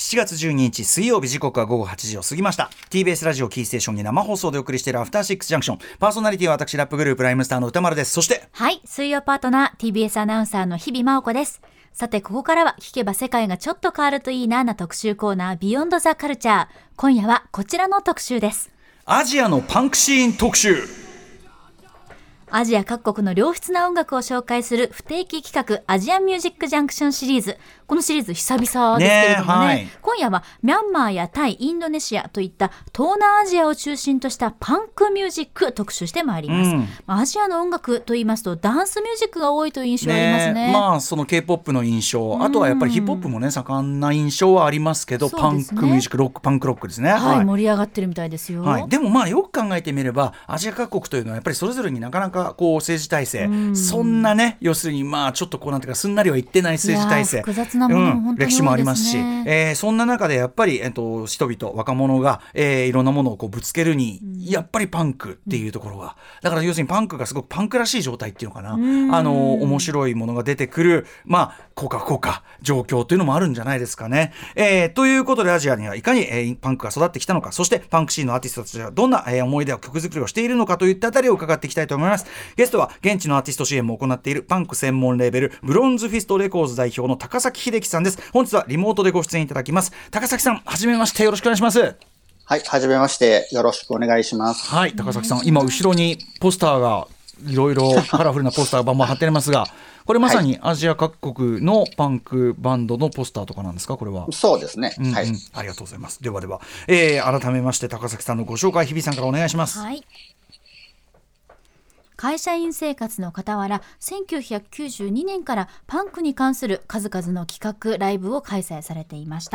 7月12日水曜日、時刻は午後8時を過ぎました。 TBS ラジオキーステーションに生放送でお送りしているアフターシックスジャンクション、パーソナリティは私ラップグループライムスターの歌丸です。そしてはい、水曜パートナー TBS アナウンサーの日々真央子です。さて、ここからは聞けば世界がちょっと変わるといいなな特集コーナー、ビヨンドザカルチャー。今夜はこちらの特集です。 アジアのパンクシーン特集。 アジア各国の良質な音楽を紹介する不定期企画、アジアンミュージックジャンクションシリーズ。このシリーズ久々ですけれどもね、 はい、 今夜はミャンマーやタイ、インドネシアといった東南アジアを中心としたパンクミュージック特集してまいります。アジアの音楽と言いますとダンスミュージックが多いという印象ありますね。 まあその K-POP の印象、あとはやっぱりヒップホップもね盛んな印象はありますけど、パンクミュージック、ロック、パンクロックですね。 はい、盛り上がってるみたいですよ。 はい、でもまあよく考えてみればアジア各国というのはやっぱりそれぞれになかなかこう政治体制、そんなね、要するにまあちょっとこうなんていうかすんなりはいってない政治体制、 複雑なもの、本当に多いですね。 歴史もありますし、そんな中でやっぱり、人々若者が、いろんなものをこうぶつけるに、やっぱりパンクっていうところが、だから要するにパンクがすごくパンクらしい状態っていうのかな、面白いものが出てくる、まあ効果状況というのもあるんじゃないですかね。ということでアジアにはいかに、パンクが育ってきたのか、そしてパンクシーンのアーティストたちはどんな、思い出や曲作りをしているのかといったあたりを伺っていきたいと思います。ゲストは現地のアーティスト支援も行っているパンク専門レーベルブロンズフィストレコーズ代表の高崎秀樹さんです。本日はリモートでご出演いただきます。高崎さん、はじめまして、よろしくお願いします。 はい、はじめまして、よろしくお願いします。 はい、高崎さん、今後ろにポスターがいろいろカラフルなポスターがバンバン貼ってありますが、これまさにアジア各国のパンクバンドのポスターとかなんですか、これは。 そうですね、はい、 ありがとうございます。では、改めまして高崎さんのご紹介、日比さんからお願いします。 はい、会社員生活の傍ら1992年からパンクに関する数々の企画ライブを開催されていました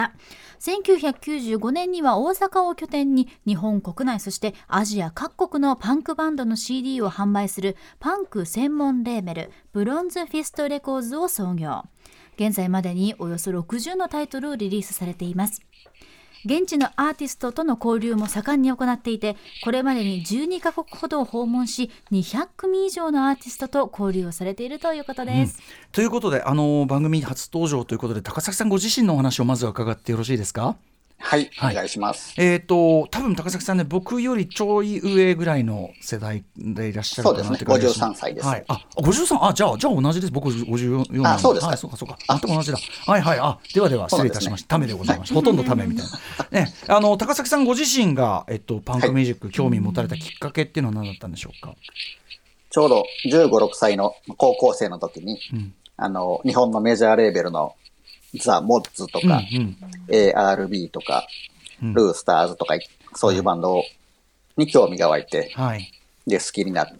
。1995年には大阪を拠点に日本国内そしてアジア各国のパンクバンドの CD を販売するパンク専門レーベルブロンズフィストレコーズを創業。現在までにおよそ60のタイトルをリリースされています。現地のアーティストとの交流も盛んに行っていて、これまでに12カ国ほどを訪問し、200組以上のアーティストと交流をされているということです。 ということで、番組初登場ということで、高崎さんご自身のお話をまずは伺ってよろしいですか。 はい、お願いします。 多分高崎さんね、僕よりちょい上ぐらいの世代でいらっしゃるかなって感じです。 そうですね、53歳です。 はい、53、じゃあ同じです。僕54 年。そうですか。 はい、そうか全く同じだ。はい、では失礼いたしました。ためでございました。ほとんどためみたいなね。高崎さんご自身が、パンクミュージック興味持たれたきっかけっていうのは何だったんでしょうか。 ちょうど15、6歳の高校生の時に、日本のメジャーレーベルのザ・モッズとか、ARB とか、ルースターズとか、そういうバンドに興味が湧いて、で、好きになって、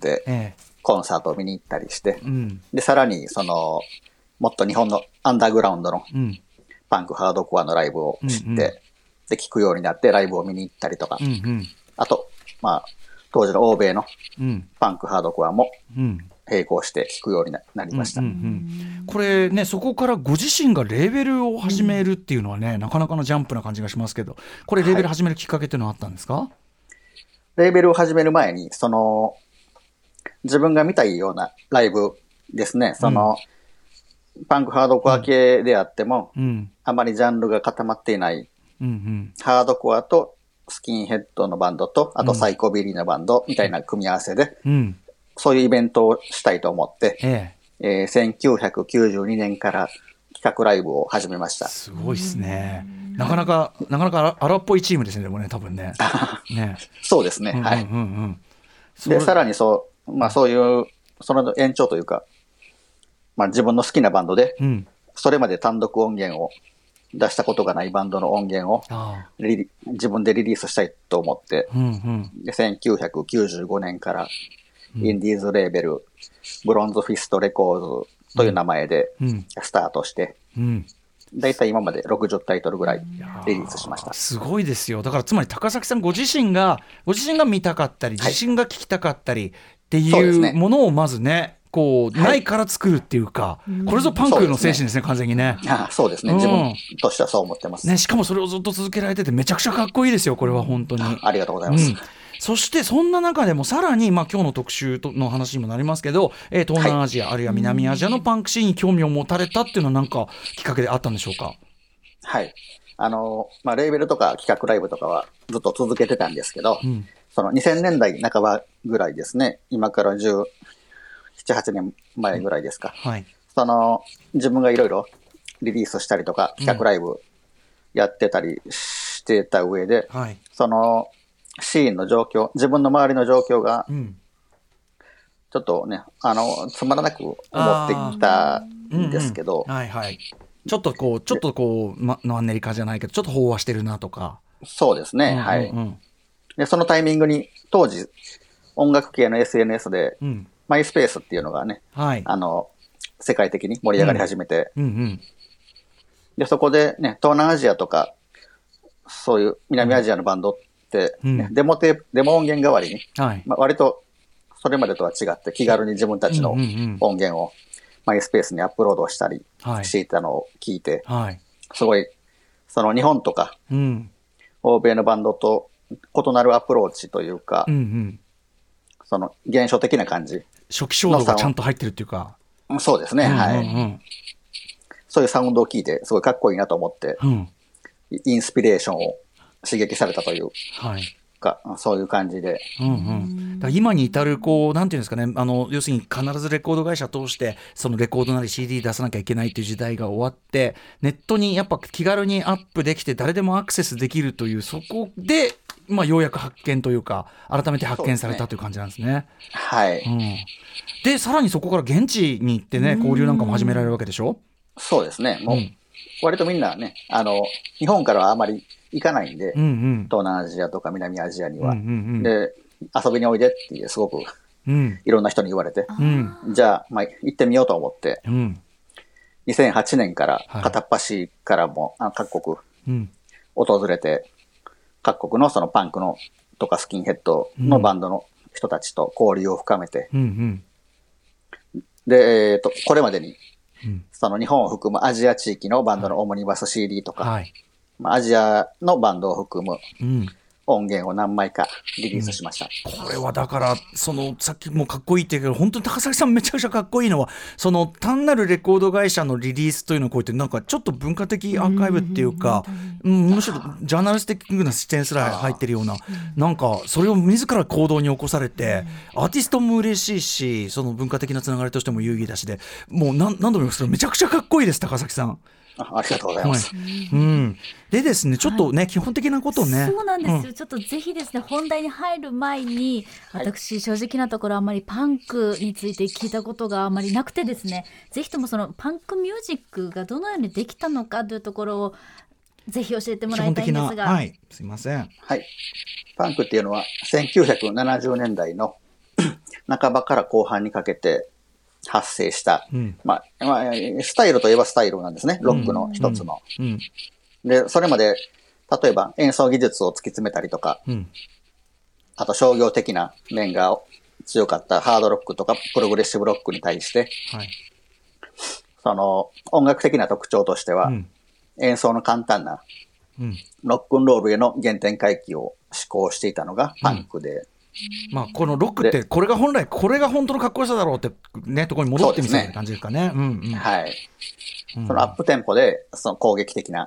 コンサートを見に行ったりして、で、さらに、もっと日本のアンダーグラウンドのパンクハードコアのライブを知って、で、聴くようになってライブを見に行ったりとか、あと、まあ、当時の欧米のパンクハードコアも、並行して聴くようになりました。 これね、そこからご自身がレーベルを始めるっていうのはね、なかなかのジャンプな感じがしますけど、これレーベル始めるきっかけっていうのはあったんですか。 レーベルを始める前に自分が見たいようなライブですね、パンクハードコア系であっても、あまりジャンルが固まっていない、ハードコアとスキンヘッドのバンドと、あとサイコビリーのバンドみたいな組み合わせで、そういうイベントをしたいと思って、1992年から企画ライブを始めました。 すごいですね。なかなか荒っぽいチームですね、でもね、多分ね。 そうですね、はい。で、さらにそういう、その延長というか、自分の好きなバンドで、それまで単独音源を出したことがないバンドの音源を自分でリリースしたいと思って、で1995年からインディーズレーベルブロンズフィストレコーズという名前でスタートして、だいたい今まで60タイトルぐらいリリースしました。 すごいですよ。だからつまり高崎さんご自身が見たかったり自信が聞きたかったりっていうものをまずね、こうないから作るっていうか、これぞパンクの精神ですね、完全にね。 そうですね、自分としてはそう思ってます、 ね。しかもそれをずっと続けられててめちゃくちゃかっこいいですよ、これは本当に。 ありがとうございます。 そしてそんな中でもさらに、今日の特集の話にもなりますけど、東南アジア、あるいは南アジアのパンクシーンに興味を持たれたっていうのは何かきっかけであったんでしょうか。 はい、 レーベルとか企画ライブとかはずっと続けてたんですけど、 うん、 その2000年代半ばぐらいですね、今から17、8年前ぐらいですか。 はい、 自分がいろいろリリースしたりとか、企画ライブやってたりしてた上で、 はい、 そのシーンの状況、自分の周りの状況が、ちょっとね、つまらなく思ってきたんですけど、 はいはい。ちょっとマンネリ化じゃないけど、ちょっと飽和してるなとか。 そうですね、はい。で、そのタイミングに、当時、音楽系の SNS で、マイスペースっていうのがね、 はい、 世界的に盛り上がり始めて、で、そこでね、東南アジアとか、そういう南アジアのバンドって、ね、デモ音源代わりに、 はい、 割とそれまでとは違って気軽に自分たちの音源をマイスペースにアップロードしたりしていたのを聞いて、 はい、 すごい、その日本とか、欧米のバンドと異なるアプローチというか、その現象的な感じ。 初期衝動がちゃんと入ってるっていうか。 そうですね、はい。そういうサウンドを聞いて、すごいかっこいいなと思って、インスピレーションを刺激されたというか、そういう感じで。 だ今に至る、なんていうんですかね、要するに必ずレコード会社通して、そのレコードなり CD 出さなきゃいけないという時代が終わって、ネットにやっぱ気軽にアップできて、誰でもアクセスできるという、そこで、ようやく発見というか、改めて発見されたという感じなんですね。 はい。 で、さらにそこから現地に行ってね、交流なんかも始められるわけでしょ？そうですね。もう、割とみんなね、日本からはあまり行かないんで、東南アジアとか南アジアには。で、遊びにおいでっていう、すごく、いろんな人に言われて、じゃあ、行ってみようと思って、2008年から片っ端からも、各国、訪れて、各国のそのパンクのとかスキンヘッドのバンドの人たちと交流を深めて、で、これまでに、その日本を含むアジア地域のバンドのオムニバス CD とか、アジアのバンドを含む音源を何枚かリリースしました。 これはだからさっきもかっこいいって言うけど、本当に高崎さんめちゃくちゃかっこいいのは、単なるレコード会社のリリースというのをこうやってなんかちょっと文化的アーカイブっていうか、むしろジャーナリスティックな視点すら入ってるような、なんかそれを自ら行動に起こされて、アーティストも嬉しいし、その文化的なつながりとしても有意義だしで、もう何度も言いますけどめちゃくちゃかっこいいです、高崎さん。 ありがとうございます。 でですね、ちょっとね、基本的なことをね。 そうなんですよ。ちょっとぜひですね、本題に入る前に、私、正直なところあまりパンクについて聞いたことがあまりなくてですね、ぜひともそのパンクミュージックがどのようにできたのかというところを、ぜひ教えてもらいたいんですが。 はい、すいません。 はい。パンクっていうのは、1970年代の半ばから後半にかけて、発生した、スタイルといえばスタイルなんですね。ロックの一つの。で、それまで、例えば演奏技術を突き詰めたりとか、あと商業的な面が強かったハードロックとかプログレッシブロックに対して、その音楽的な特徴としては、演奏の簡単なロックンロールへの原点回帰を志向していたのがパンクで、 このロックってこれが本当のかっこよさだろうってね、ところに戻ってみたいな感じですかね。 はい。そのアップテンポでその攻撃的な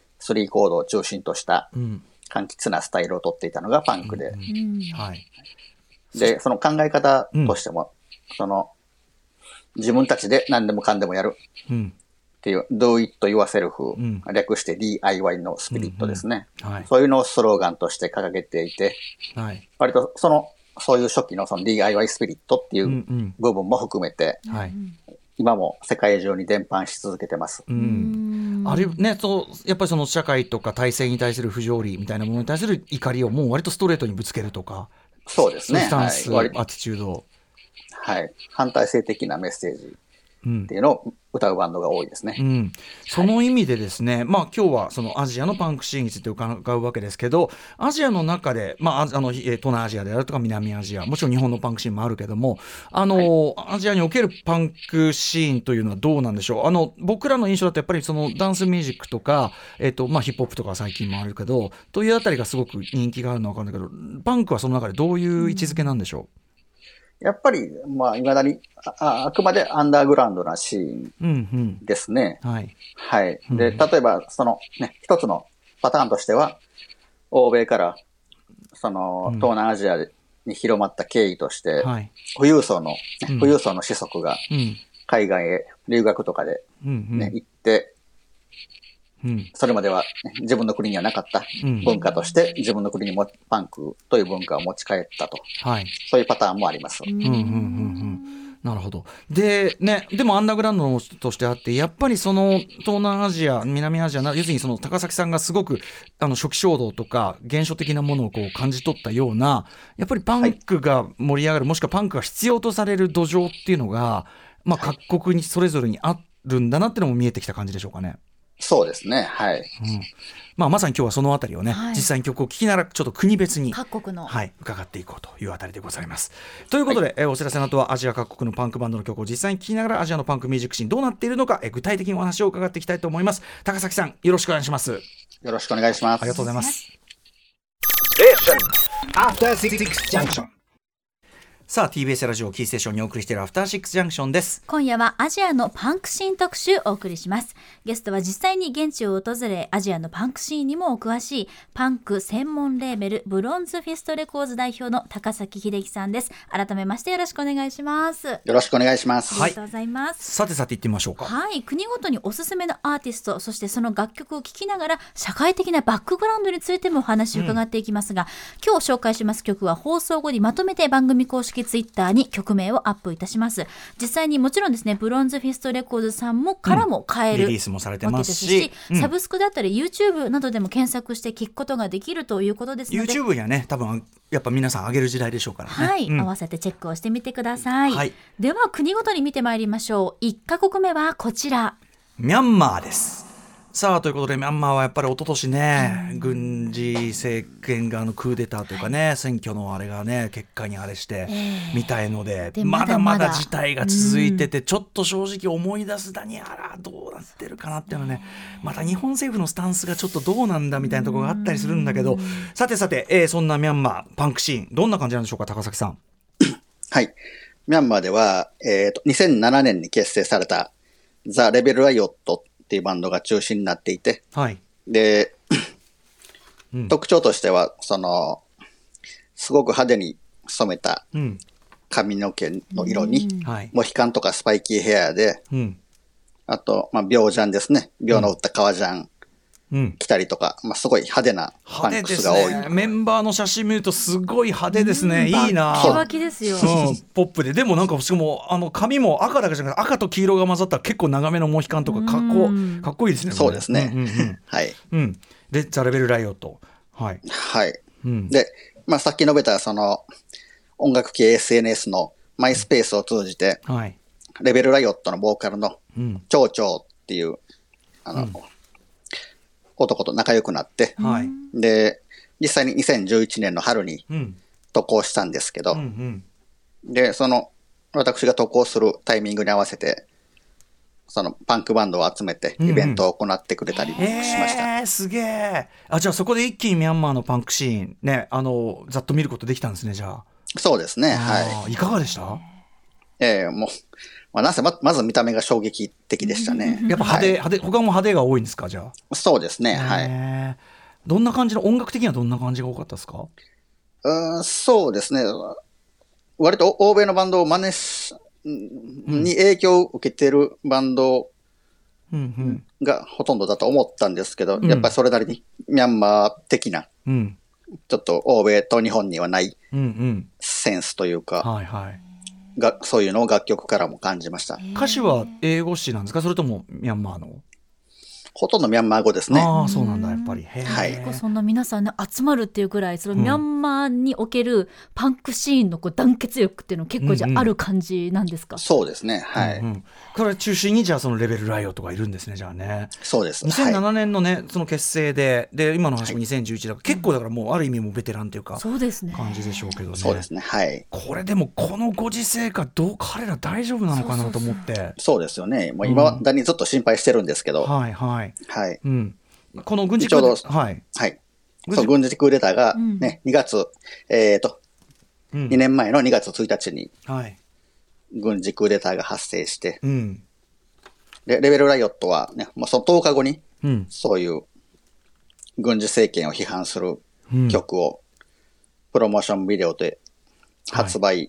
3コードを中心とした柑橘なスタイルをとっていたのがパンクで、でその考え方としても、その自分たちで何でもかんでもやるっていう、Do it yourself、略して DIY のスピリットですね。そういうのをスローガンとして掲げていて、割とそういう初期のその DIY スピリットっていう部分も含めて、今も世界中に伝播し続けてます。 あれね、やっぱりその社会とか体制に対する不条理みたいなものに対する怒りをもう割とストレートにぶつけるとか、 そうですね。 スタンス、アティチュード。 反体制的なメッセージっていうのを歌うバンドが多いですね。 その意味でですね、今日はそのアジアのパンクシーンについて伺うわけですけど、アジアの中で、東南アジアであるとか南アジア、もちろん日本のパンクシーンもあるけども、アジアにおけるパンクシーンというのはどうなんでしょう。僕らの印象だとやっぱりそのダンスミュージックとか、ヒップホップとか最近もあるけど、というあたりがすごく人気があるのは分かるんだけど、パンクはその中でどういう位置づけなんでしょう。 やっぱり、未だにあくまでアンダーグラウンドなシーンですね。で、例えば、一つのパターンとしては、欧米からその東南アジアに広まった経緯として、 はい、 富裕層の子息が海外へ留学とかで、行って、それまでは、自分の国にはなかった文化として自分の国にもパンクという文化を持ち帰ったと、そういうパターンもあります。 なるほど。でね、でもアンダーグラウンドとしてあって、やっぱりその東南アジア、南アジア要するにその高崎さんがすごく初期衝動とか原初的なものをこう感じ取ったような、やっぱりパンクが盛り上がる、もしくはパンクが必要とされる土壌っていうのが、各国にそれぞれにあるんだなっていうのも見えてきた感じでしょうかね。 そうですね。はい。 まさに今日はそのあたりをね、実際に曲を聴きながらちょっと国別に各国の、 伺っていこうというあたりでございます。ということで、お知らせの後はアジア各国のパンクバンドの曲を実際に聴きながらアジアのパンクミュージックシーンどうなっているのか、具体的にお話を伺っていきたいと思います。高崎さん、よろしくお願いします。 よろしくお願いします。 ありがとうございます。さあ TBS ラジオキーステーションにお送りしているアフターシックスジャンクションです。 今夜はアジアのパンクシーン特集をお送りします。ゲストは実際に現地を訪れアジアのパンクシーンにもお詳しいパンク専門レーベルブロンズフィストレコーズ代表の高崎秀樹さんです。改めましてよろしくお願いします。 よろしくお願いします。 ありがとうございます。 さて行ってみましょうか。 はい、国ごとにおすすめのアーティスト、そしてその楽曲を聴きながら社会的なバックグラウンドについてもお話を伺っていきますが、今日紹介します曲は放送後にまとめて番組公式ツイッターに曲名をアップいたします。実際にもちろんですね、ブロンズフィストレコーズさんもからも買える、 リリースもされてますし、 サブスクだったり YouTube などでも検索して聴くことができるということですので、 YouTube にはね多分やっぱ皆さん上げる時代でしょうからね。 合わせてチェックをしてみてください。では国ごとに見てまいりましょう。1カ国目はこちら、 ミャンマーです。さあということでミャンマーはやっぱり一昨年ね、軍事政権側のクーデターというかね、選挙のあれがね結果にあれしてみたいので、まだまだ事態が続いてて、ちょっと正直思い出すだにあらどうなってるかなっていうのはね、また日本政府のスタンスがちょっとどうなんだみたいなところがあったりするんだけど、さて、そんなミャンマーパンクシーンどんな感じなんでしょうか、高崎さん。 はい、ミャンマーでは、2007年に結成されたザ・レベル・ライオットっていうバンドが中心になっていて、で、特徴としてはそのすごく派手に染めた髪の毛の色に、モヒカンとかスパイキーヘアで、あと、秒ジャンですね、秒の打った革ジャン着たりとか、すごい派手なパンクスが多い。 メンバーの写真見るとすごい派手ですね。いいな。 キワキですよ。 ポップで、でもなんかしかも髪も赤だけじゃなくて赤と黄色が混ざった結構長めのモヒカンとかかっこいいですね。 そうですね。はい。 でザ・レベル・ライオット。はい。 で、さっき述べたその音楽系 SNS のマイスペースを通じて、レベル・ライオットのボーカルのチョウチョウっていう男と仲良くなって、で実際に2011年の春に渡航したんですけど、でその私が渡航するタイミングに合わせてそのパンクバンドを集めてイベントを行ってくれたりしました。 すげえ。じゃあそこで一気にミャンマーのパンクシーンね、ざっと見ることできたんですね。じゃあそうですね。はい。 いかがでした？ もうなんせまず見た目が衝撃的でしたね。 やっぱ派手、他も派手が多いんですか？じゃあそうですね。はい。 どんな感じの音楽的にはどんな感じが多かったですか？ そうですね。割と欧米のバンドを真似に影響を受けてるバンドがほとんどだと思ったんですけど、やっぱりそれなりにミャンマー的な、ちょっと欧米と日本にはないセンスというか、そういうのを楽曲からも感じました。 歌詞は英語詞なんですか？それともミャンマーの？ ほとんどミャンマー語ですね。 そうなんだ、やっぱり。 結構そんな皆さんね集まるっていうくらい、そのミャンマーにおけるパンクシーンの団結力っていうの結構じゃある感じなんですか？ そうですね。はい。 これ中心にじゃあそのレベルライオットがいるんですね。じゃあね。 そうです。 2007年のねその結成で今の話も2011だから、結構だからもうある意味もベテランというか感じでしょうけどね。 そうですね。はい。 これでもこのご時世か彼ら大丈夫なのかなと思って。 そうですよね。もう今だにずっと心配してるんですけど。 この軍事クーデター、 軍事クーデターがね、2月、2年前の2月1日に軍事クーデターが発生して、でレベルライオットはね、もうその10日後にそういう軍事政権を批判する曲をプロモーションビデオで発売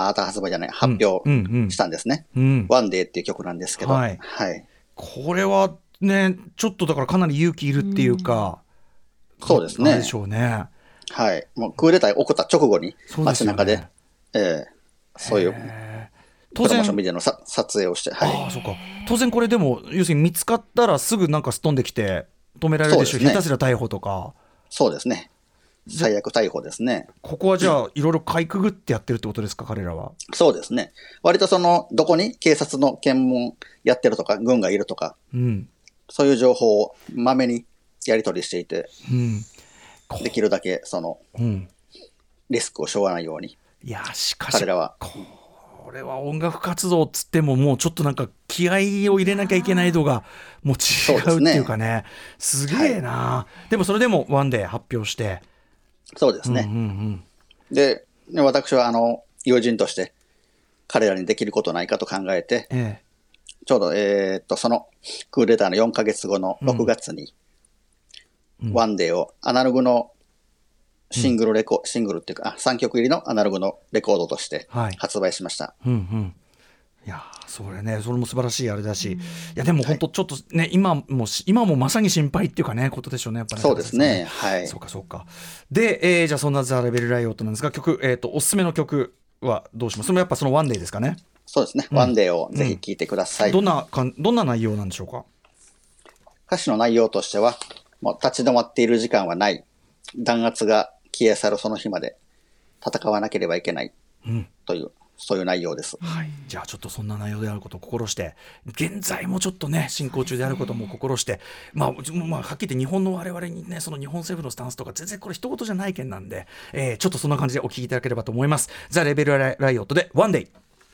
したんですね。ワンデーっていう曲なんですけど、はい。 これはね、ちょっとだからかなり勇気いるっていうか、 そうですね。 でしょうね。 はい。もうクーデター起こった直後に街中で、そういうプロモーションビデオの撮影をして、はい。 そうか。当然これでも要するに見つかったらすぐなんかすっ飛んできて止められるでしょう。下手すら逮捕とか。 そうですね。最悪逮捕ですね。 ここはじゃあいろいろかいくぐってやってるってことですか、彼らは。 そうですね。割とどこに警察の検問やってるとか軍がいるとか、そういう情報をまめにやり取りしていて、できるだけリスクを背負わないように。 いやしかし彼らはこれは音楽活動っつってももうちょっとなんか気合を入れなきゃいけない度がもう違うっていうかね、すげえな、でもそれでもワンデー発表して。 そうですね。で、私は友人として彼らにできることないかと考えて、ちょうど、そのクーデターの4ヶ月後の6月に、ワンデーをアナログのシングルっていうか、3曲入りのアナログのレコードとして発売しました。 いやそれも素晴らしいあれだし、いやでも本当ちょっとね、今もまさに心配っていうかね、ことでしょうね、やっぱね。 そうですね。はい。 そうか。で、じゃあそんなザ・レベルライオットなんですが、曲、おすすめの曲はどうします？それもやっぱそのワンデーですかね。 そうですね。ワンデーをぜひ聴いてください。 どんな内容なんでしょうか？ 歌詞の内容としては、もう立ち止まっている時間はない。弾圧が消え去るその日まで戦わなければいけない。という。そういう内容です。 じゃあちょっとそんな内容であることを心して、現在もちょっとね進行中であることも心して、はっきり言って日本の我々にね、その日本政府のスタンスとか全然これ一言じゃない件なんで、ちょっとそんな感じでお聞きいただければと思います。ザ・レベルライオットでワンデイ。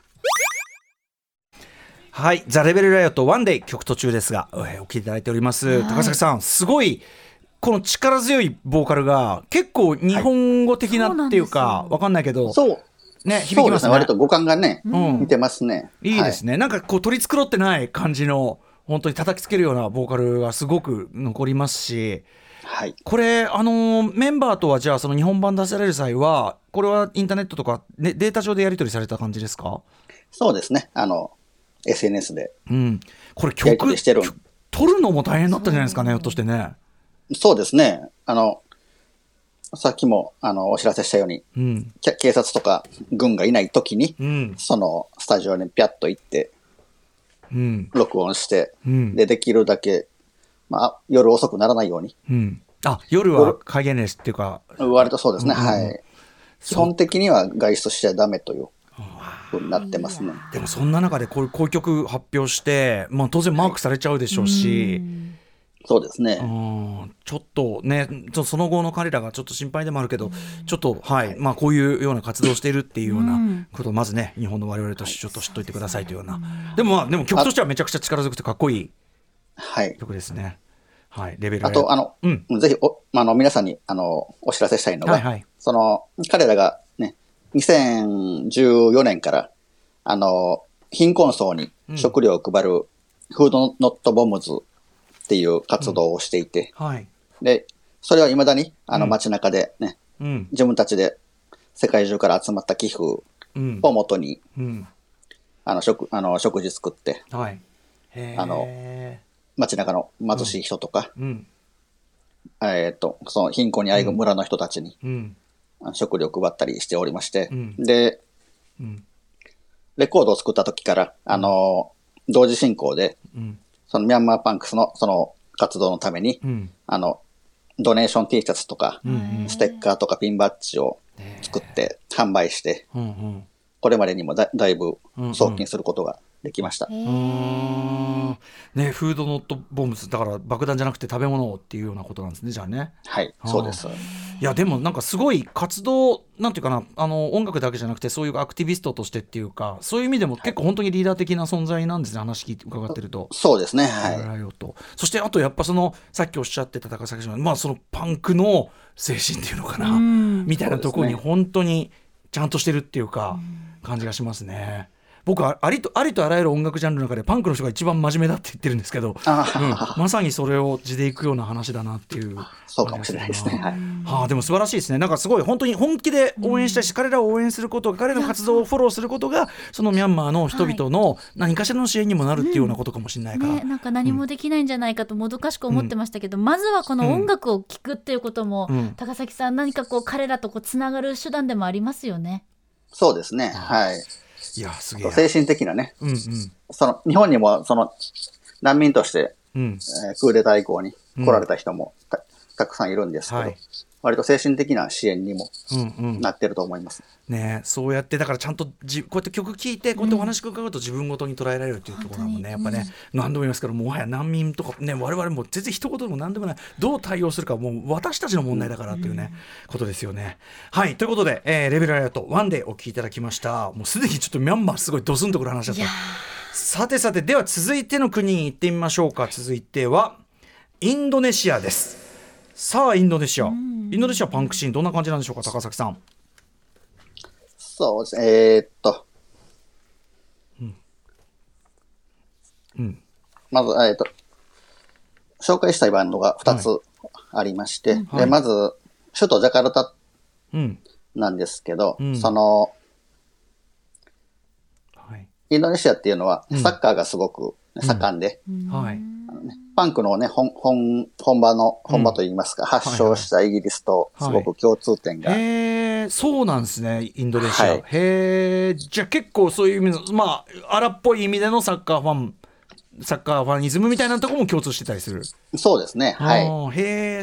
はい、ザ・レベルライオットワンデイ、曲途中ですが、お聞きいただいております。高崎さん、すごいこの力強いボーカルが結構日本語的なっていうか、わかんないけど、 そうね、響きますね。 割と五感がね、似てますね。 いいですね。なんかこう取り繕ってない感じの本当に叩きつけるようなボーカルがすごく残りますし、これメンバーとはじゃあその日本版出される際はこれはインターネットとか、ね、データ上でやり取りされた感じですか？ そうですね。SNS でこれ曲取るのも大変だったんじゃないですかね、ひょっとしてね。 そうですね。さっきもお知らせしたように、警察とか軍がいないときに、そのスタジオにピャッと行って、録音して、できるだけ、夜遅くならないように。 夜は戒厳令っていうか。 割とそうですね。はい。基本的には外出しちゃダメというふうになってますね。 でもそんな中でこういう曲発表して、当然マークされちゃうでしょうし。 そうですね。 ちょっとね、その後の彼らがちょっと心配でもあるけど、ちょっとこういうような活動をしているっていうようなことをまずね、日本の我々としてちょっと知っといてくださいというような。でも曲としてはめちゃくちゃ力強くてかっこいい曲ですね。レベルあとぜひ皆さんにお知らせしたいのが、その彼らがね、2014年から貧困層に食料を配るフードノットボムズっていう活動をしていて、でそれは未だに街中でね、自分たちで世界中から集まった寄付を元に、食事作って、街中の貧しい人とか、その貧困にあえぐ村の人たちに、食料を配ったりしておりまして、で、レコードを作った時から、同時進行で、そのミャンマーパンクスのその活動のために、ドネーション T シャツとか、ステッカーとかピンバッジを作って販売して、これまでにもだいぶ送金することができました。 フードノットボムズだから爆弾じゃなくて食べ物っていうようなことなんですね、じゃあね。 はい、そうです。 いやでもなんかすごい活動なんていうかな、音楽だけじゃなくてそういうアクティビストとしてっていうか、そういう意味でも結構本当にリーダー的な存在なんですね、話伺ってると。 そうですね。 そしてあとやっぱさっきおっしゃってた高崎さん、そのパンクの精神っていうのかな、みたいなところに本当にちゃんとしてるっていうか、感じがしますね。 僕はありとあらゆる音楽ジャンルの中でパンクの人が一番真面目だって言ってるんですけど、まさにそれを地でいくような話だなっていう。 そうかもしれないですね。 はい。でも素晴らしいですね。なんかすごい本当に本気で応援したいし、彼らを応援すること、彼の活動をフォローすることがそのミャンマーの人々の何かしらの支援にもなるっていうようなことかもしれないから、 なんか何もできないんじゃないかともどかしく思ってましたけど、まずはこの音楽を聴くっていうことも、高崎さん何かこう彼らとこうつながる手段でもありますよね。 そうですね。はい。 いやすげえ。 精神的なね、その日本にもその難民として、クーデター以降に来られた人も たくさんいるんですけど、割と精神的な支援にもなってると思います。 ね、そうやってだからちゃんとこうやって曲聴いてこうやってお話伺うと自分ごとに捉えられるっていうところもね、やっぱね、何度も言いますけど、もはや難民とかね、我々も全然一言でも何でもない、どう対応するかもう私たちの問題だからっていうね、ことですよね。はい、ということで、レベルアラート1でお聞きいただきました。もうすでにちょっとミャンマーすごいドスンとくる話だった。さてさて、では続いての国に行ってみましょうか。続いてはインドネシアです。さあインドネシアパンクシーンどんな感じなんでしょうか、高崎さん。 そうですまず、紹介したいバンドが2つありまして、でまず首都ジャカルタなんですけど、そのインドネシアっていうのはサッカーがすごく盛んで、パンクのね、本場といいますか、発祥したイギリスとすごく共通点が。 そうなんですね、インドネシア。じゃあ結構そういう意味の、まあ、荒っぽい意味でのサッカーファニズムみたいなところも共通してたりする。 そうですね。はい。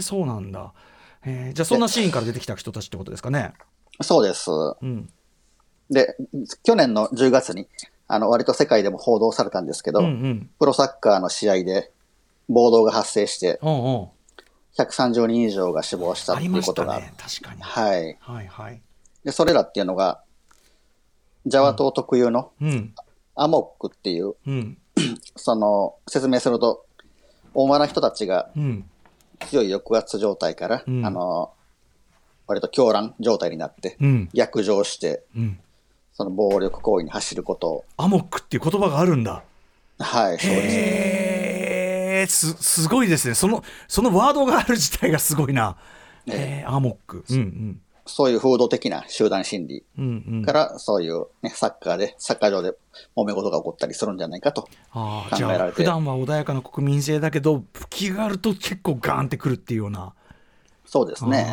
そうなんだ。じゃあそんなシーンから出てきた人たちってことですかね。 そうです。で、去年の10月に、割と世界でも報道されたんですけど、プロサッカーの試合で暴動が発生して、130人以上が死亡したっていうことが。ありましたね、確かに。で、それらっていうのが、ジャワ島特有の、アモックっていう、その、説明すると、大間な人たちが、強い抑圧状態から、割と狂乱状態になって、逆上して、その暴力行為に走ることを。 アモックっていう言葉があるんだ。 はい、そうです。 すごいですね。そのワードがある自体がすごいな。アモック。 そういう風土的な集団心理から、そういう、ね、サッカー場で揉め事が起こったりするんじゃないかと考えられて。 普段は穏やかな国民性だけど、吹きがあると結構ガーンってくるっていうような。 そうですね。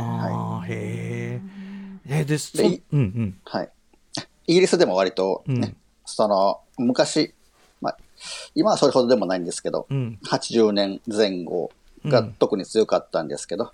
はい。イギリスでも割と、ね、その昔、今はそれほどでもないんですけど、80年前後が特に強かったんですけど、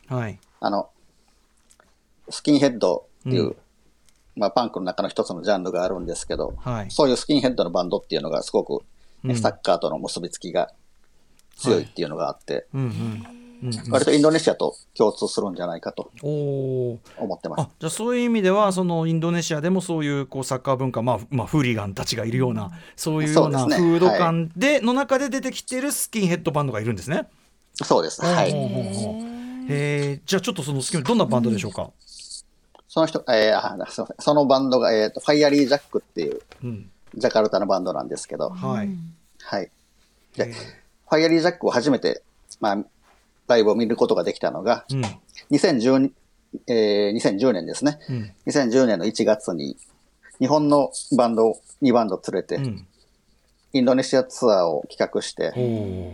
スキンヘッドっていう、パンクの中の一つのジャンルがあるんですけど、そういうスキンヘッドのバンドっていうのがすごく、サッカーとの結びつきが強いっていうのがあって、割とインドネシアと共通するんじゃないかと思ってます。 じゃあそういう意味ではそのインドネシアでもそういうサッカー文化、フーリガンたちがいるようなそういうような風土感の中で出てきているスキンヘッドバンドがいるんですね。 そうです。はい。 じゃあちょっとそのスキンどんなバンドでしょうか。 そのバンドが、ファイアリージャックっていう、ジャカルタのバンドなんですけど、でファイアリージャックを初めて、ライブを見ることができたのが、2010年ですね、2010年の1月に日本のバンドを2バンド連れて、インドネシアツアーを企画して、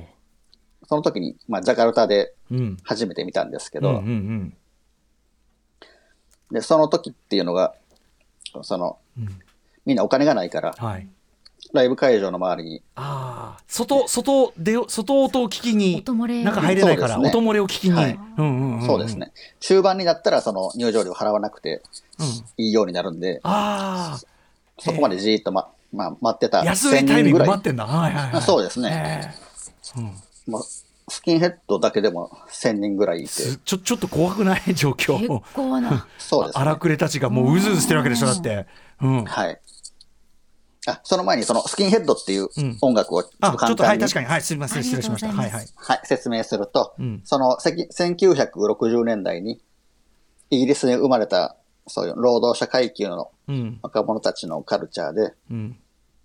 その時に、ジャカルタで初めて見たんですけど、でその時っていうのがみんなお金がないから、ライブ会場の周りに外音を聞きに中入れないから、音漏れを聞きに、 そうですね。終盤になったらその入場料払わなくていいようになるんで、そこまでじーっと、待ってた安いタイミング待ってんだ。 そうですね。スキンヘッドだけでも1000人ぐらいいて、 ちょっと怖くない状況。 結構な。 そうですね。 荒くれたちがもううずうずしてるわけでしょ、だって。 はい。その前にそのスキンヘッドっていう音楽をちょっと簡単に、 確かに、すみません、失礼しました。 説明すると、その1960年代にイギリスに生まれたそういう労働者階級の若者たちのカルチャーで、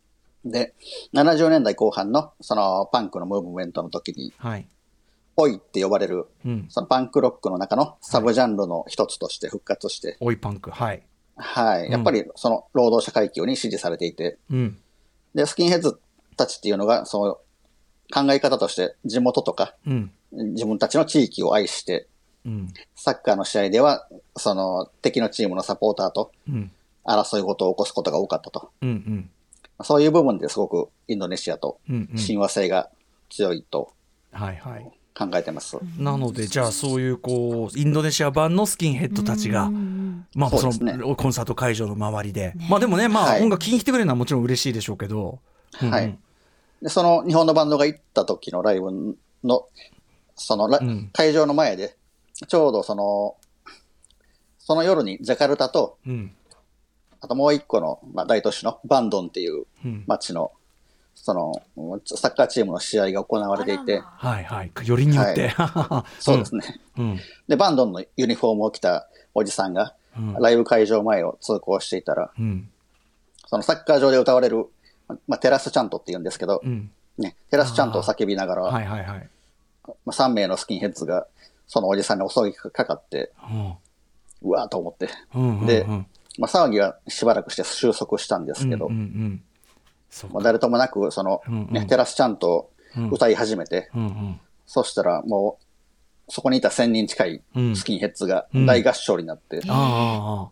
で、70年代後半のそのパンクのムーブメントの時に、 はい。 オイって呼ばれる、 うん。 そのパンクロックの中のサブジャンルの一つとして復活して、 オイパンク。はい。 はい。やっぱりその労働者階級に支持されていて、 うん。 で、スキンヘッズたちっていうのが、その考え方として地元とか、 うん。 自分たちの地域を愛して、 うん。 サッカーの試合では、その敵のチームのサポーターとうん。 争い事を起こすことが多かったと。 うん。うん。 そういう部分ですごくインドネシアとうんうん。 親和性が強いとはいはい。 考えてます。 なのでじゃあそういうこうインドネシア版のスキンヘッドたちが、まあそのコンサート会場の周りで、まあでもね、まあ音楽聴きに来てくれるのはもちろん嬉しいでしょうけど、 はい。でその日本のバンドが行った時のライブのその会場の前でちょうどその夜にジャカルタと、あともう一個の、まあ、大都市のバンドンっていう街の、そのサッカーチームの試合が行われていて、 はいはい、よりによって、 はい、そうですね、でバンドンのユニフォームを着たおじさんが、ライブ会場前を通行していたら、そのサッカー場で歌われる、まあ、テラスチャントって言うんですけど、ね、テラスチャントを叫びながら、 はいはいはい、 まあ、3名のスキンヘッズがそのおじさんに襲いかかって、うわーと思って、で、まあ、騒ぎはしばらくして収束したんですけど、まあ、誰ともなくその、ね、テラスチャントを歌い始めて、そしたらもうそこにいた1000人近いスキンヘッズが大合唱になって、はい、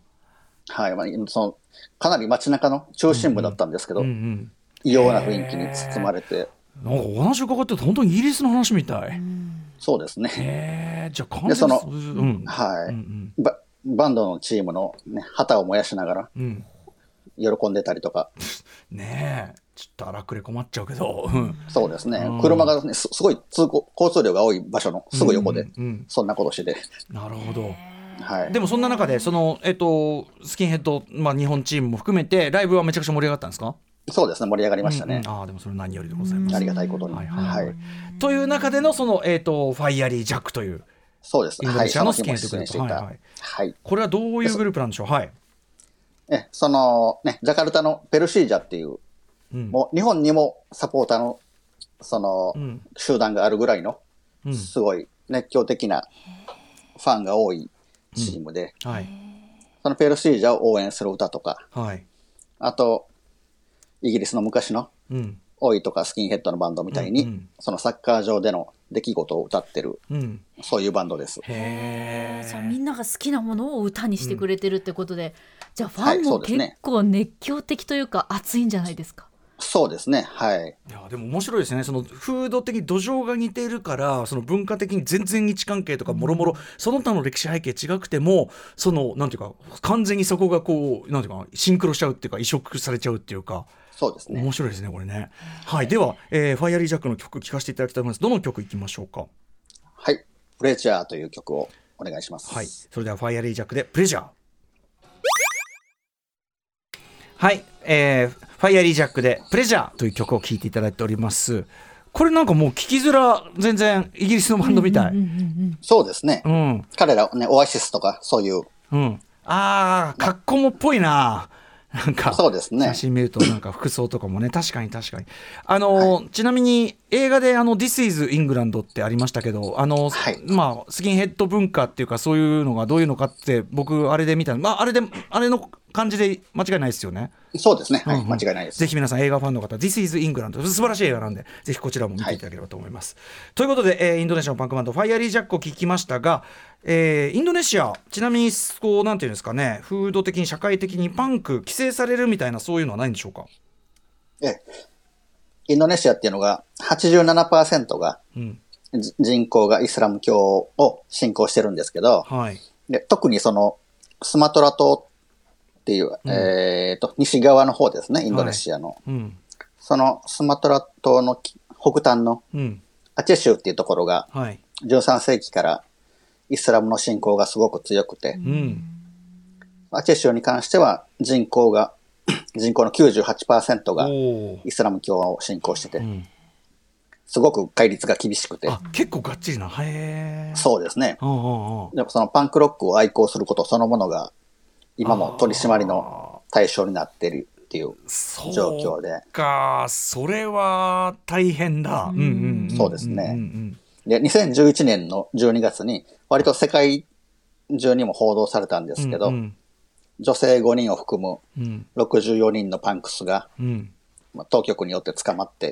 まあ、そのかなり街中の中心部だったんですけど、異様な雰囲気に包まれて、 なんかお話伺って本当にイギリスの話みたい。 そうですね。 じゃあ完全にはい、バンドのチームの、ね、旗を燃やしながら喜んでたりとか、 ねえちょっと荒くれ困っちゃうけど、 そうですね、車が、ね、すごい交通量が多い場所のすぐ横で、そんなことしてて。 なるほど。 はい、 でもそんな中でその、スキンヘッド、まあ、日本チームも含めてライブはめちゃくちゃ盛り上がったんですか？ そうですね、盛り上がりましたね。 あでもそれ何よりでございます。 ありがたいことに。 という中でのその、ファイヤリージャックというそうです、 インドネシアのスキンヘッドグループ、 はい、 これはどういうグループなんでしょう？はい、 そのね、ジャカルタのペルシージャっていう、もう日本にもサポーターのその、集団があるぐらいの、すごい熱狂的なファンが多いチームで、そのペルシージャを応援する歌とか、あとイギリスの昔の、オイとかスキンヘッドのバンドみたいに、そのサッカー場での出来事を歌ってる、そういうバンドです。 じゃあみんなが好きなものを歌にしてくれてるってことで、じゃあファンも結構熱狂的というか熱いんじゃないですか？ そうですね、はい。 いやでも面白いですね。その風土的土壌が似ているからその文化的に全然位置関係とかもろもろその他の歴史背景違くてもそのなんていうか完全にそこがこうなんていうかシンクロしちゃうっていうか移植されちゃうっていうか、 そうですね、 面白いですねこれね。はい、では、ファイアリージャックの曲聴かせていただきたいと思います。どの曲いきましょうか？ はい、プレジャーという曲をお願いします。 はい、それではファイアリージャックでプレジャー。はい、ファイアリージャックでプレジャーという曲を聴いていただいております。これなんかもう聴きづら全然イギリスのバンドみたい。 そうですね、彼らねオアシスとかそういう、 格好もっぽいな。なんかそうですね、 写真見るとなんか服装とかもね確かにちなみに映画でThis is England ってありましたけどまあスキンヘッド文化っていうかそういうのがどういうのかって僕あれで見たあれの感じで間違いないですよね。 そうですね、間違いないです。 ぜひ皆さん映画ファンの方 This is England 素晴らしい映画なんでぜひこちらも見ていただければと思います。ということで、インドネシアのパンクバンドファイアリージャックを聞きましたが、インドネシアちなみにこうなんていうんですかね、風土的に社会的にパンク規制されるみたいなそういうのはないんでしょうか？ インドネシアっていうのが 87% が、人口がイスラム教を信仰してるんですけど、で特にそのスマトラ島っていう、西側の方ですね、インドネシアの、そのスマトラ島の北端のアチェ州っていうところが、13世紀からイスラムの信仰がすごく強くて、アチェ州に関しては人口の 98% がイスラム教を信仰してて、すごく戒律が厳しくて、 結構がっちりな。 そうですね。でもそのパンクロックを愛好することそのものが今も取り締まりの対象になっているっていう状況で。 それは大変だ。 そうですね。で、2011年の12月に、割と世界中にも報道されたんですけど、女性5人を含む64人のパンクスが、当局によって捕まって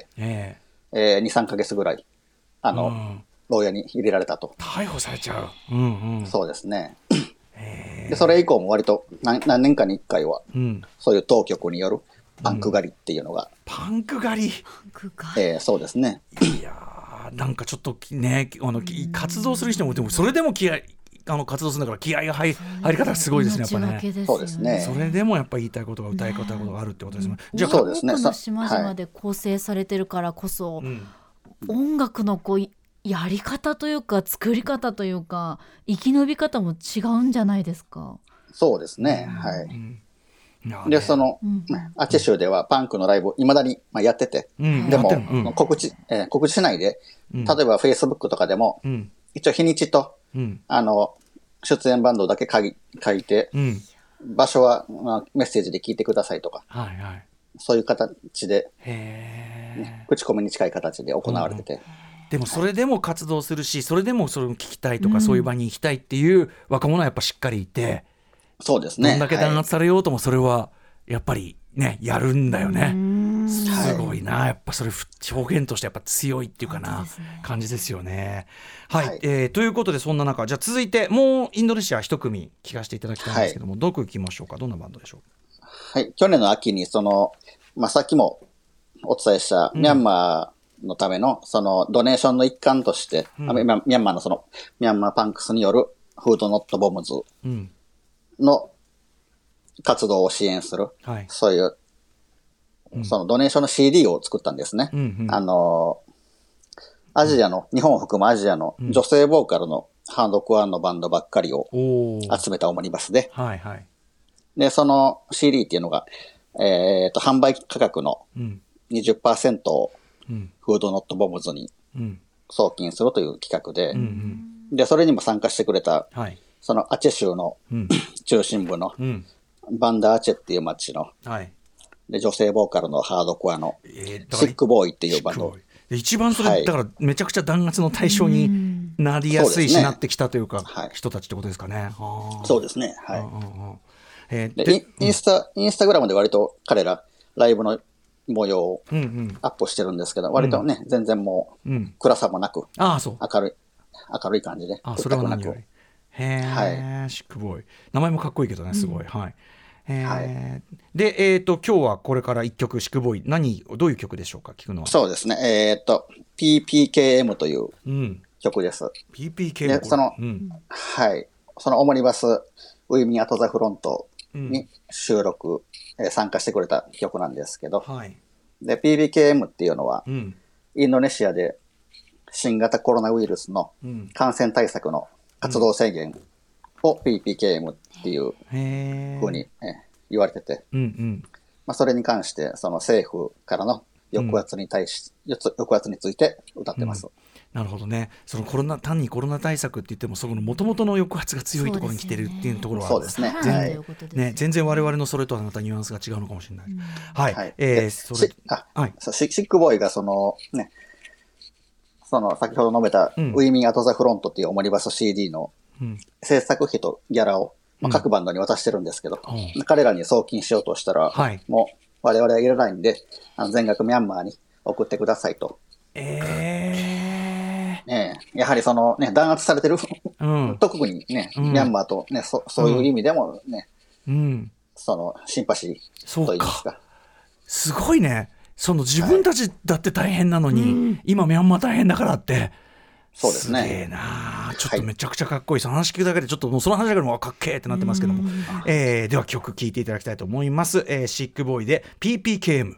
、2、3ヶ月ぐらい、牢屋に入れられたと。 逮捕されちゃう。 そうですね。で、それ以降も割と何年かに1回は、そういう当局によるパンク狩りっていうのが。 パンク狩りそうですね。 いやー、なんかちょっとね、活動する人も、でもそれでも気合活動するんだから気合が入り方がすごいですね、やっぱね。 そうですね。 それでもやっぱり言いたいことが歌いたいことがあるってことですね。 じゃあ、そうですね。多くの島々で構成されてるからこそ、音楽のやり方というか作り方というか生き延び方も違うんじゃないですか。 そうですね。はい。で、アチェ州ではパンクのライブいまだにやってて、でも告知しないで、例えば Facebook とかでも、一応日にちと、出演バンドだけ書いて、場所はメッセージで聞いてくださいとか、そういう形で、口コミに近い形で行われてて。 でもそれでも活動するし、それでもそれを聞きたいとか、そういう場に行きたいっていう若者はやっぱしっかりいて、 そうですね。 どんだけ弾圧されようともそれはやっぱりね、やるんだよね。すごいな、やっぱそれ表現としてやっぱ強いっていうかな、感じですよね。はい、ということでそんな中、じゃあ続いてもうインドネシア一組聞かせていただきたいんですけども、どこ行きましょうか。どんなバンドでしょう。 はい、去年の秋にさっきもお伝えしたミャンマーのためのドネーションの一環として、ミャンマーのミャンマーパンクスによるフードノットボムズの活動を支援する、そういうドネーションの CD を作ったんですね。アジアの、日本を含むアジアの女性ボーカルのハードコアのバンドばっかりを集めたオムニバスで、で、その CD っていうのが、販売価格の 20% をフードノットボムズに送金するという企画で、で、それにも参加してくれた、そのアチェ州の中心部のバンダアチェっていう町の、で女性ボーカルのハードコアのシックボーイっていうバンド。 一番それ、だからめちゃくちゃ弾圧の対象になりやすいし、なってきたというか、人たちってことですかね。 そうですね。はい。でインスタグラムで割と彼らライブの模様をアップしてるんですけど、割とね、全然もう暗さもなく、明るい感じで。 それは何より。へえ、シックボーイ。名前もかっこいいけどね、すごい。はい。で、今日はこれから1曲、シックボーイ、どういう曲でしょうか、聞くのは。 そうですね。PPKM という曲です。 PPKM。 で、はい。そのオモニバス、ウィミアトザフロントに収録、参加してくれた曲なんですけど、で、PPKM っていうのは、インドネシアで新型コロナウイルスの感染対策の活動制限を PPKM っていう風に言われてて、それに関してその政府からの抑圧について歌ってます。 なるほどね。単にコロナ対策って言っても、その元々の抑圧が強いところに来てるっていうところは、 そうですね。 全然我々のそれとはまたニュアンスが違うのかもしれない。はい。 シックボーイが先ほど述べた、ウィミン・アト・ザ・フロントっていうオモニバス CD の制作費とギャラを、各バンドに渡してるんですけど、彼らに送金しようとしたら、もう我々はいらないんで、全額ミャンマーに送ってくださいと。やはり弾圧されてる、特にね、ミャンマーとね、そういう意味でもね、シンパシーと言いますか。 すごいね。自分たちだって大変なのに、今ミャンマー大変だからって。 そうですね。 すげえな。ちょっとめちゃくちゃかっこいい。その話聞くだけでちょっともうその話だけでもかっけーってなってますけども。では曲聴いていただきたいと思います。シックボーイで PPKM。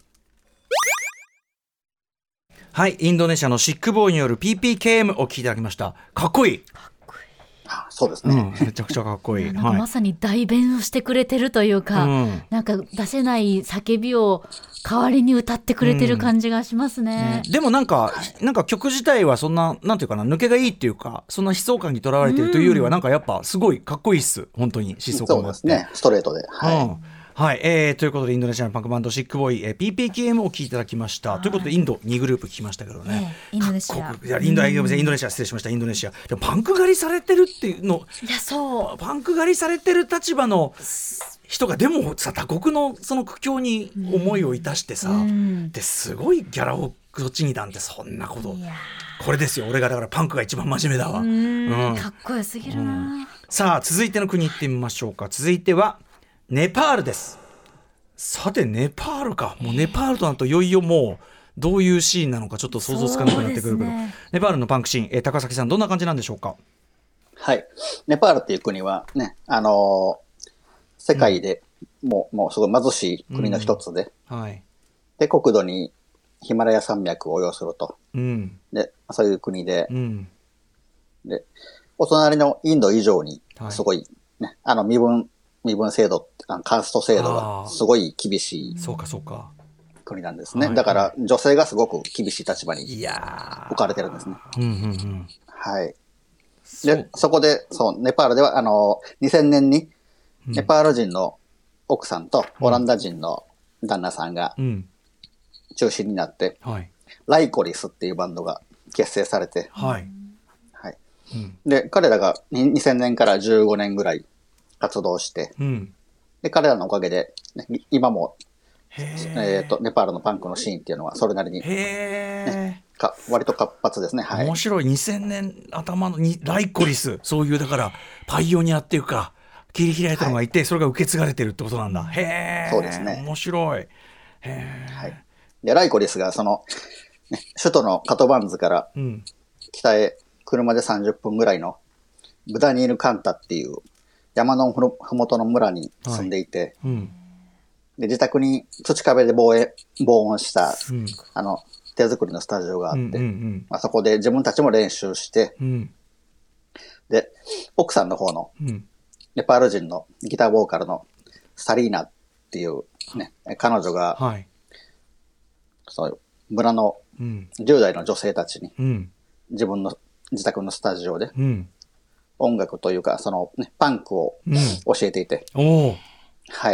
はい、インドネシアのシックボーイによる PPKM を聴いていただきました。かっこいい。 そうですね、 めちゃくちゃかっこいい。 なんかまさに代弁をしてくれてるというか、なんか出せない叫びを代わりに歌ってくれてる感じがしますね。 でもなんか曲自体はそんななんていうかな、抜けがいいっていうか、そんな悲壮感にとらわれてるというよりは、なんかやっぱすごいかっこいいっす。本当に疾走感があって。 そうですね、ストレートで。 はい、ということでインドネシアのパンクバンドシックボーイ、PPKM を聴いていただきました。ということでインド2グループ聴きましたけどね、 インドネシア、 インドネシア失礼しました。インドネシアでもパンク狩りされてるっていうの、 いやそうパンク狩りされてる立場の人がでもさ他国のその苦境に思いをいたしてさ、ですごいギャラをそっちになんてそんなこと、これですよ俺がだからパンクが一番真面目だわ。 かっこよすぎるな、 さあ続いての国行ってみましょうか。続いてはネパールです。さてネパールか、もうネパールとなるといよいよもうどういうシーンなのかちょっと想像つかなくなってくるけど、ネパールのパンクシーン、高崎さんどんな感じなんでしょうか。 はい。ネパールっていう国はね、世界でもうすごい貧しい国の一つで、 はい、 で、国土にヒマラヤ山脈を擁すると。で、そういう国で、で、お隣のインド以上に、すごい、ね、身分制度、カースト制度がすごい厳しい国なんですね。だから女性がすごく厳しい立場に置かれてるんですね。はい。で、そこで、ネパールでは、2000年に、ネパール人の奥さんとオランダ人の旦那さんが中心になって、ライコリスっていうバンドが結成されて、で、彼らが2000年から15年ぐらい活動して、で、彼らのおかげで、今も、ネパールのパンクのシーンっていうのはそれなりに、割と活発ですね。はい。 面白い。2000年頭のライコリス、そういうだからパイオニアっていうか切り開いたのがいて、それが受け継がれてるってことなんだ。へえ。 そうですね。 面白い。へえ。はい。でライコリスが首都のカトマンズから北へ車で30分ぐらいのブダニールカンタっていう山のふもとの村に住んでいて、で自宅に土壁で防音した、手作りのスタジオがあって、そこで自分たちも練習して、で、奥さんの方の、ネパール人のギターボーカルのサリーナっていうね、彼女が、そう村の10代の女性たちに、自分の自宅のスタジオで、音楽というか、パンクを教えていて、はい。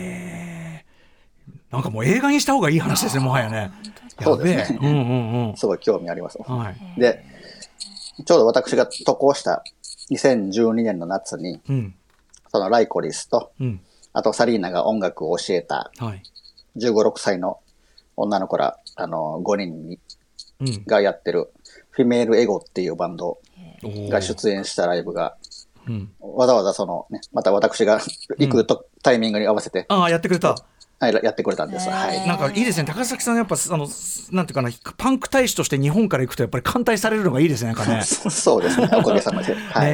なんかもう映画にした方がいい話ですね、もはやね。 そうですね。すごい興味あります。で、ちょうど私が渡航した2012年の夏に、そのライコリスと、あとサリーナが音楽を教えた、15、6歳の女の子ら、5人がやってる、フィメールエゴっていうバンドが出演したライブが、わざわざまた私が行くタイミングに合わせて、 やってくれた。 やってくれたんです。はい。 なんかいいですね。高崎さんやっぱなんていうかな、パンク大使として日本から行くとやっぱり歓待されるのがいいですね。なんかね。 そうですね。おかげさまで。はい。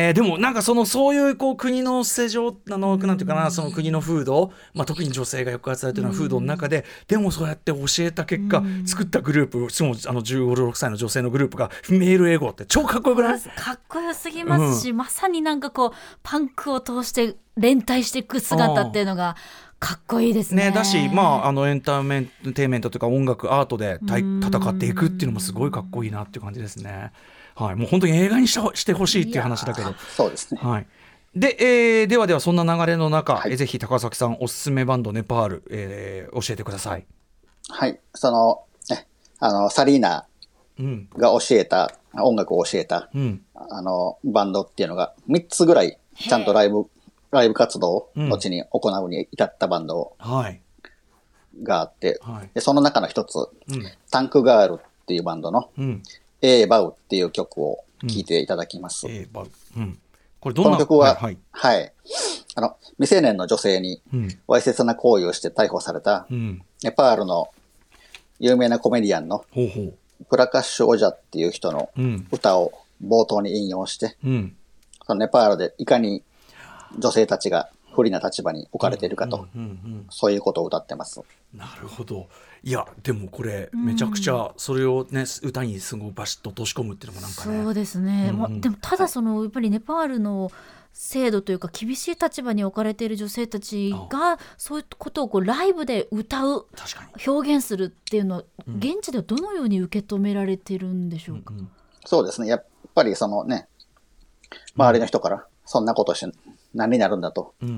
でもなんかそういう国の世情なんていうかな、その国の風土、特に女性が抑圧されているような風土の中で、でもそうやって教えた結果、作ったグループ、しかも15、6歳の女性のグループがメール英語って超かっこよくない？ かっこよすぎますし、まさになんかパンクを通して連帯していく姿っていうのが。かっこいいですね。 だし、エンターテインメントというか音楽アートで戦っていくっていうのもすごいかっこいいなっていう感じですね。はい、もう本当に映画にしてほしいっていう話だけど。 そうですね。 はい。で、ではそんな流れの中、ぜひ高崎さんおすすめバンドネパール、教えてください。 はい。サリーナが教えた、音楽を教えた、バンドっていうのが3つぐらいちゃんとライブ活動を後に行うに至ったバンドがあって、でその中の一つ、タンクガールっていうバンドの、エーバウっていう曲を聴いていただきます。この曲は、未成年の女性にわいせつな行為をして逮捕された、ネパールの有名なコメディアンのプラカッシュ・オジャっていう人の歌を冒頭に引用して、そのネパールでいかに女性たちが不利な立場に置かれているかと、そういうことを歌ってます。 なるほど。いやでもこれめちゃくちゃそれをね、歌にすごいバシッと落とし込むっていうのもなんかね。 そうですね。でもただやっぱりネパールの制度というか厳しい立場に置かれている女性たちがそういうことをライブで歌う、表現するっていうのは現地ではどのように受け止められているんでしょうか。 そうですね。やっぱり周りの人からそんなことして何になるんだと、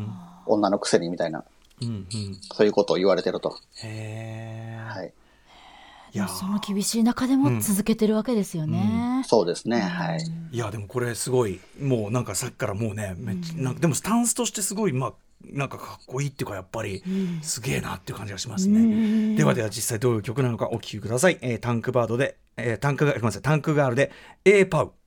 女のくせにみたいな、 うんうん、 そういうことを言われてると。 へー、はい、 いや、その厳しい中でも続けてるわけですよね、 そうですね、はい。 いやでもこれすごい、もうなんかさっきからもうね、めっちゃなんかでもスタンスとしてすごい、まあなんかかっこいいっていうか、やっぱりすげえなっていう感じがしますね。では実際どういう曲なのかお聴きください。タンクバードで、タンクガールで A バウ。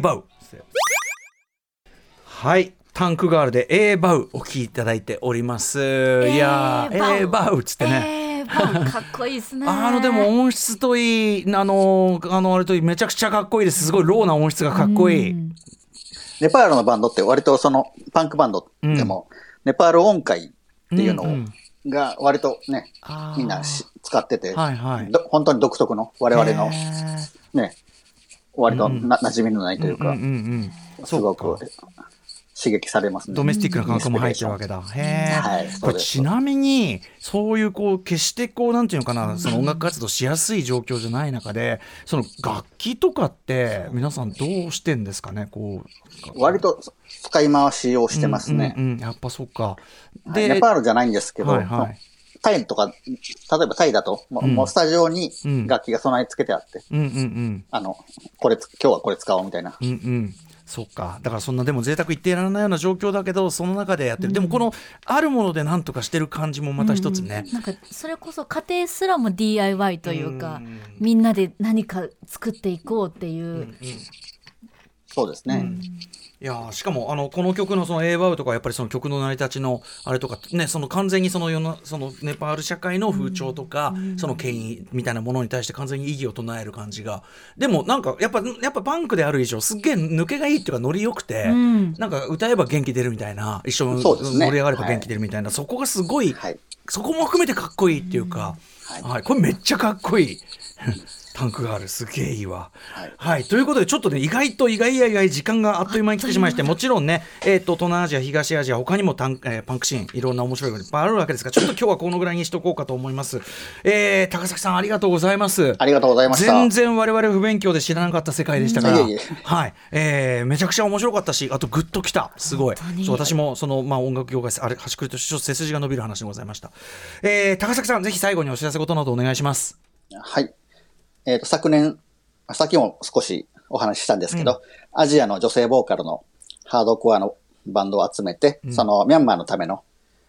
はい、タンクガールで A バウお聴きいただいております。いや A バウっつってね、 かっこいいですね。 でも音質といい、あれといい、めちゃくちゃかっこいいです。すごいローな音質がかっこいい。 ネパールのバンドって割とそのパンクバンドでも、ネパール音階っていうのが割とね、みんな使ってて、はいはい、本当に独特の我々のね、割と馴染みのないというか、すごく刺激されますね。 ドメスティックな感覚も入ってるわけだ。へー、はい、これちなみにそういうこう決してこうなんていうのかな、その音楽活動しやすい状況じゃない中で、その楽器とかって皆さんどうしてんですかね。こう割と使い回しをしてますね。 やっぱそっか。 で、ネパールじゃないんですけど、はいはい、タイとか、例えばタイだと、もうスタジオに楽器が備え付けてあって、今日はこれ使おうみたいな。 そっか。だからそんなでも贅沢言ってやらないような状況だけど、その中でやってる、でもこのあるもので何とかしてる感じもまた一つね、 なんかそれこそ家庭すらも DIY というか、みんなで何か作っていこうっていう、 そうですね、 いやしかもこの曲のその A バウとかやっぱりその曲の成り立ちのあれとかね、その完全にそのネパール社会の風潮とか、その権威みたいなものに対して完全に異議を唱える感じが、でもなんかやっぱパンクである以上すっげえ抜けがいいっていうかノリ良くて、なんか歌えば元気出るみたいな、一緒に盛り上がれば元気出るみたいな、そこがすごい、そこも含めてかっこいいっていうか、これめっちゃかっこいいタンクガールすげえいいわ。はい、ということでちょっとね、意外時間があっという間に来てしまいまして、もちろんね、東南アジア東アジア他にもパンクシーンいろんな面白いのがいっぱいあるわけですが、ちょっと今日はこのぐらいにしとこうかと思います。高崎さんありがとうございます。 ありがとうございました。 全然我々不勉強で知らなかった世界でしたから、はい、めちゃくちゃ面白かったし、あとグッときた、すごい。私もその、音楽業界端くれとして背筋が伸びる話でございました。高崎さんぜひ最後にお知らせことなどお願いします。 はい。昨年、さっきも少しお話ししたんですけど、アジアの女性ボーカルのハードコアのバンドを集めて、そのミャンマーのための、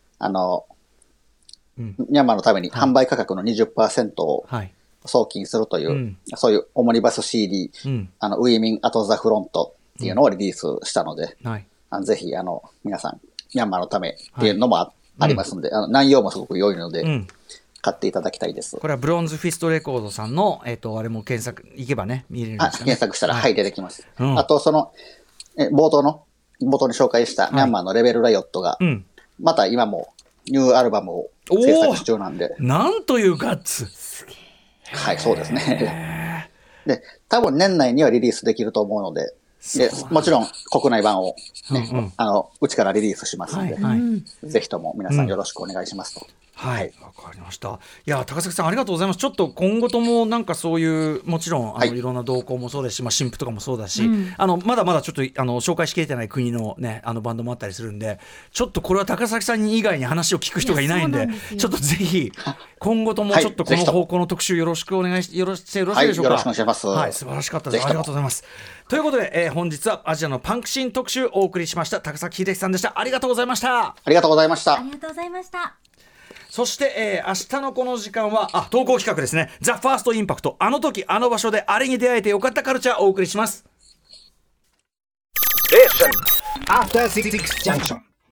ミャンマーのために販売価格の 20% を送金するという、そういうオモニバス CD、Women at the Front っていうのをリリースしたので、ぜひ、皆さん、ミャンマーのためっていうのも ありますので、内容もすごく良いので、買っていただきたいです。 これはブロンズフィストレコードさんの、あれも検索いけばね見れるんですかね。 検索したら、出てきます。あとその冒頭に紹介したミャンマーのレベルライオットが、また今もニューアルバムを制作中なんで。 なんというガッツ。 はい、そうですね。で、多分年内にはリリースできると思うので、もちろん国内版をね、うちからリリースしますので、ぜひとも皆さんよろしくお願いしますと。 はい、わかりました。いや高崎さんありがとうございます。ちょっと今後ともなんかそういうもちろんいろんな動向もそうですし、新譜とかもそうだし、まだまだちょっと紹介しきれてない国のねバンドもあったりするんで、ちょっとこれは高崎さんに以外に話を聞く人がいないんで、ちょっとぜひ今後ともちょっとこの方向の特集よろしくお願いしてよろしいでしょうか。 よろしくお願いします。 はい、素晴らしかったです。ありがとうございます。ということで、本日はアジアのパンクシーン特集をお送りしました。高崎秀樹さんでした。ありがとうございました。 ありがとうございました。 ありがとうございました。 そして、明日のこの時間は投稿企画ですね。ザ・ファーストインパクト、あの時あの場所であれに出会えてよかったカルチャーをお送りします。 After 66 junction